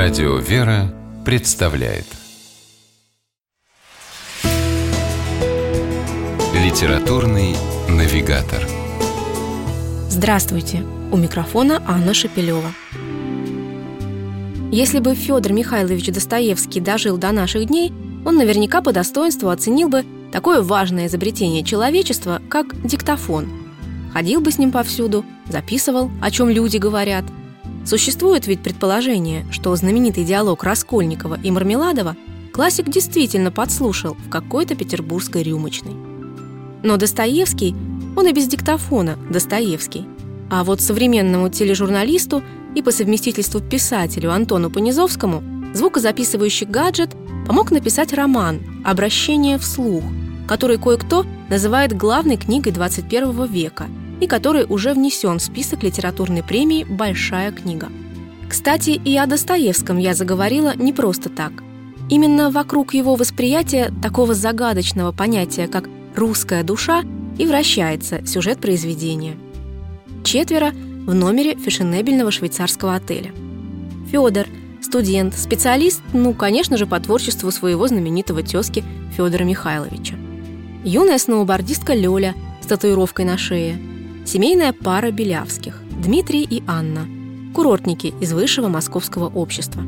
Радио «Вера» представляет Литературный навигатор. Здравствуйте! У микрофона Анна Шепелева. Если бы Федор Михайлович Достоевский дожил до наших дней, он наверняка по достоинству оценил бы такое важное изобретение человечества, как диктофон. Ходил бы с ним повсюду, записывал, о чем люди говорят. Существует ведь предположение, что знаменитый диалог Раскольникова и Мармеладова классик действительно подслушал в какой-то петербургской рюмочной. Но Достоевский, он и без диктофона Достоевский. А вот современному тележурналисту и по совместительству писателю Антону Понизовскому звукозаписывающий гаджет помог написать роман «Обращение вслух», который кое-кто называет главной книгой 21 века и который уже внесен в список литературной премии «Большая книга». Кстати, и о Достоевском я заговорила не просто так. Именно вокруг его восприятия такого загадочного понятия, как «русская душа», и вращается сюжет произведения. 4 в номере фешенебельного швейцарского отеля. Федор, студент, специалист, конечно же, по творчеству своего знаменитого тезки Федора Михайловича. Юная сноубордистка Лёля с татуировкой на шее. Семейная пара Белявских, Дмитрий и Анна, курортники из высшего московского общества.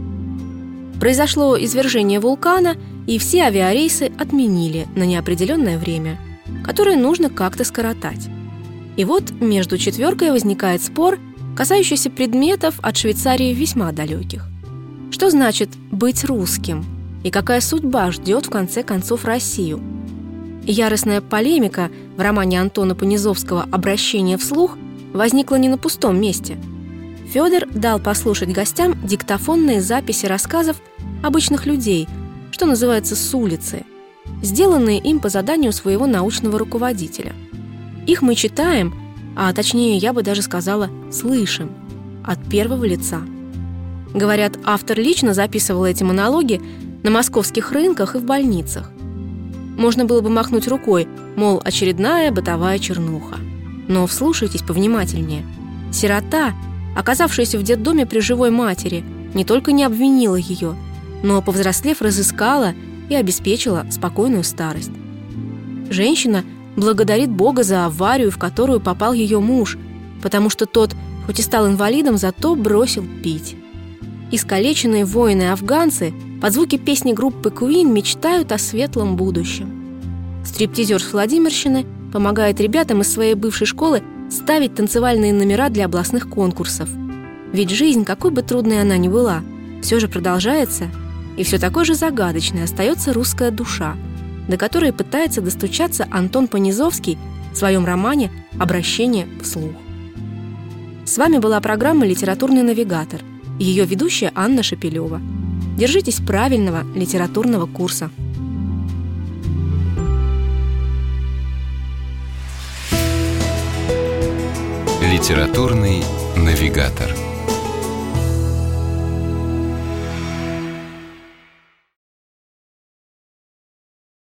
Произошло извержение вулкана, и все авиарейсы отменили на неопределенное время, которое нужно как-то скоротать. И вот между четверкой возникает спор, касающийся предметов от Швейцарии весьма далеких. Что значит быть русским? И какая судьба ждет в конце концов Россию? Яростная полемика в романе Антона Понизовского «Обращение вслух» возникла не на пустом месте. Федор дал послушать гостям диктофонные записи рассказов обычных людей, что называется, с улицы, сделанные им по заданию своего научного руководителя. Их мы читаем, а точнее, я бы даже сказала, слышим, от первого лица. Говорят, автор лично записывал эти монологи на московских рынках и в больницах. Можно было бы махнуть рукой, мол, очередная бытовая чернуха. Но вслушайтесь повнимательнее. Сирота, оказавшаяся в детдоме при живой матери, не только не обвинила ее, но, повзрослев, разыскала и обеспечила спокойную старость. Женщина благодарит Бога за аварию, в которую попал ее муж, потому что тот, хоть и стал инвалидом, зато бросил пить. Искалеченные воины-афганцы под звуки песни группы Queen мечтают о светлом будущем. Стриптизер с Владимирщины помогает ребятам из своей бывшей школы ставить танцевальные номера для областных конкурсов. Ведь жизнь, какой бы трудной она ни была, все же продолжается, и все такой же загадочной остается русская душа, до которой пытается достучаться Антон Понизовский в своем романе «Обращение вслух». С вами была программа «Литературный навигатор» и ее ведущая Анна Шепелева. Держитесь правильного литературного курса. Литературный навигатор.